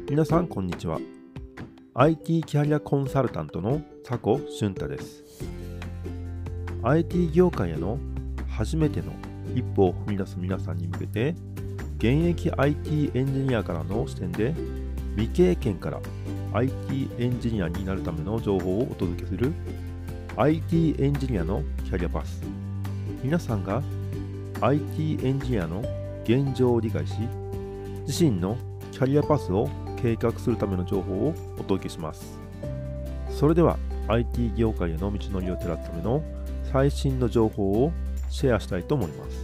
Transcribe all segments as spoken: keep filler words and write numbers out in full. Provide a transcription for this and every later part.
皆さんこんにちは。 アイティー キャリアコンサルタントの佐古俊太です。 アイティー 業界への初めての一歩を踏み出す皆さんに向けて、現役 アイティー エンジニアからの視点で未経験から アイティー エンジニアになるための情報をお届けする アイティー エンジニアのキャリアパス。皆さんが アイティー エンジニアの現状を理解し、自身のキャリアパスを計画するための情報をお届けします。それでは アイティー 業界への道のりを照らすための最新の情報をシェアしたいと思います。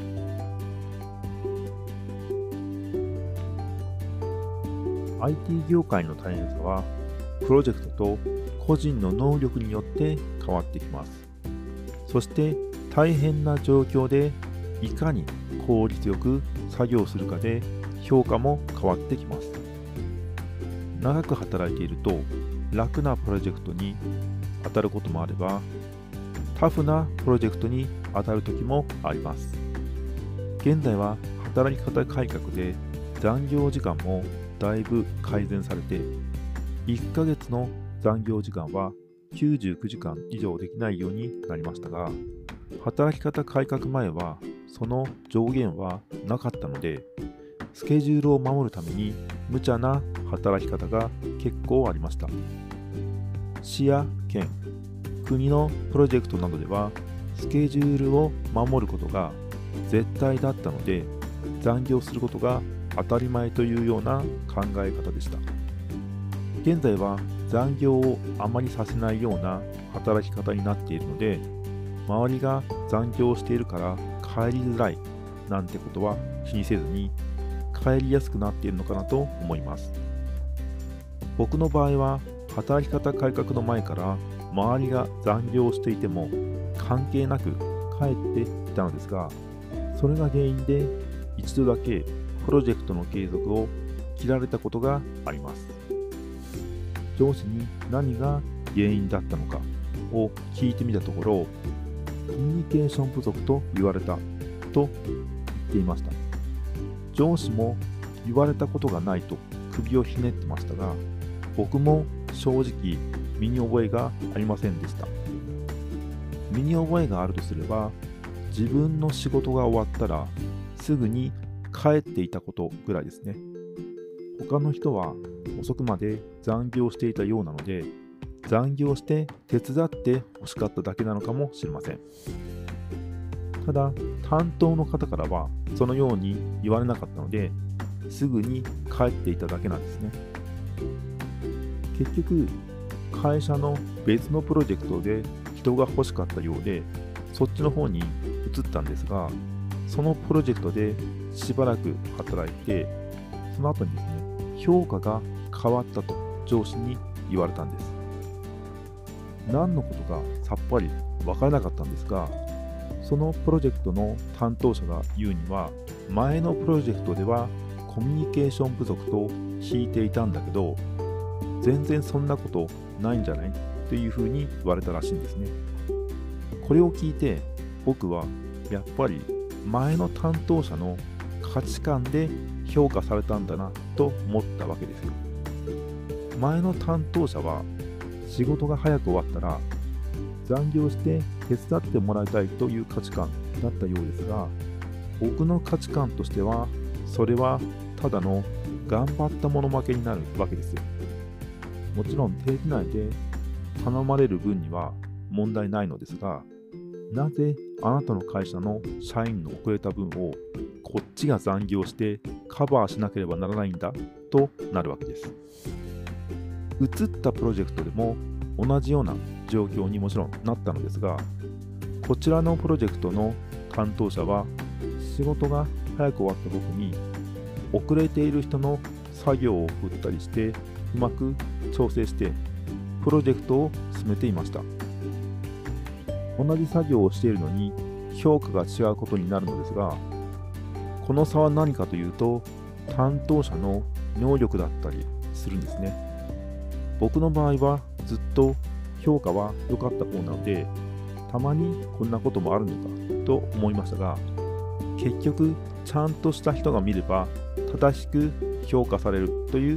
アイティー 業界の大変さは、プロジェクトと個人の能力によって変わってきます。そして大変な状況でいかに効率よく作業するかで評価も変わってきます。長く働いていると楽なプロジェクトに当たることもあれば、タフなプロジェクトに当たる時もあります。現在は働き方改革で残業時間もだいぶ改善されて、いっかげつの残業時間はきゅうじゅうきゅうじかん以上できないようになりましたが、働き方改革前はその上限はなかったので、スケジュールを守るために無茶な働き方が結構ありました。市や県、国のプロジェクトなどではスケジュールを守ることが絶対だったので、残業することが当たり前というような考え方でした。現在は残業をあまりさせないような働き方になっているので、周りが残業しているから帰りづらいなんてことは気にせずに帰りやすくなっているのかなと思います。僕の場合は働き方改革の前から周りが残業していても関係なく帰っていたのですが、それが原因で一度だけプロジェクトの継続を切られたことがあります。上司に何が原因だったのかを聞いてみたところ、コミュニケーション不足と言われたと言っていました。上司も言われたことがないと首をひねってましたが、僕も正直身に覚えがありませんでした。身に覚えがあるとすれば、自分の仕事が終わったらすぐに帰っていたことぐらいですね。他の人は遅くまで残業していたようなので、残業して手伝って欲しかっただけなのかもしれません。ただ、担当の方からはそのように言われなかったので、すぐに帰っていただけなんですね。結局、会社の別のプロジェクトで人が欲しかったようで、そっちの方に移ったんですが、そのプロジェクトでしばらく働いて、その後にですね、評価が変わったと上司に言われたんです。何のことかさっぱりわからなかったんですが、そのプロジェクトの担当者が言うには、前のプロジェクトではコミュニケーション不足と聞いていたんだけど、全然そんなことないんじゃないというふうに言われたらしいんですね。これを聞いて僕はやっぱり前の担当者の価値観で評価されたんだなと思ったわけですよ。前の担当者は仕事が早く終わったら残業して手伝ってもらいたいという価値観だったようですが、僕の価値観としてはそれはただの頑張ったもの負けになるわけですよ。もちろん定時内で頼まれる分には問題ないのですが、なぜあなたの会社の社員の遅れた分をこっちが残業してカバーしなければならないんだとなるわけです。移ったプロジェクトでも同じような状況にもちろんなったのですが、こちらのプロジェクトの担当者は仕事が早く終わった僕に遅れている人の作業を振ったりしてうまく調整してプロジェクトを進めていました。同じ作業をしているのに評価が違うことになるのですが、この差は何かというと担当者の能力だったりするんですね。僕の場合はずっと評価は良かった方なので、たまにこんなこともあるのかと思いましたが、結局ちゃんとした人が見れば正しく評価されるという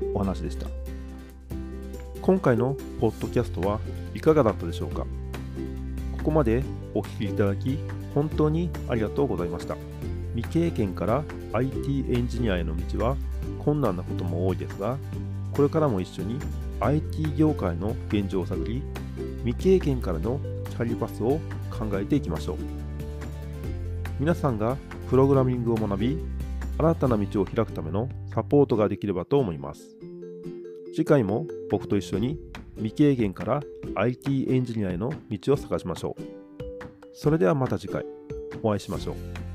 お話でした。今回のポッドキャストはいかがだったでしょうか。ここまでお聞きいただき本当にありがとうございました。未経験から アイティー エンジニアへの道は困難なことも多いですが、これからも一緒に アイティー 業界の現状を探り、未経験からのキャリアパスを考えていきましょう。皆さんがプログラミングを学び、新たな道を開くためのサポートができればと思います。次回も僕と一緒に未経験から アイティー エンジニアへの道を探しましょう。それではまた次回お会いしましょう。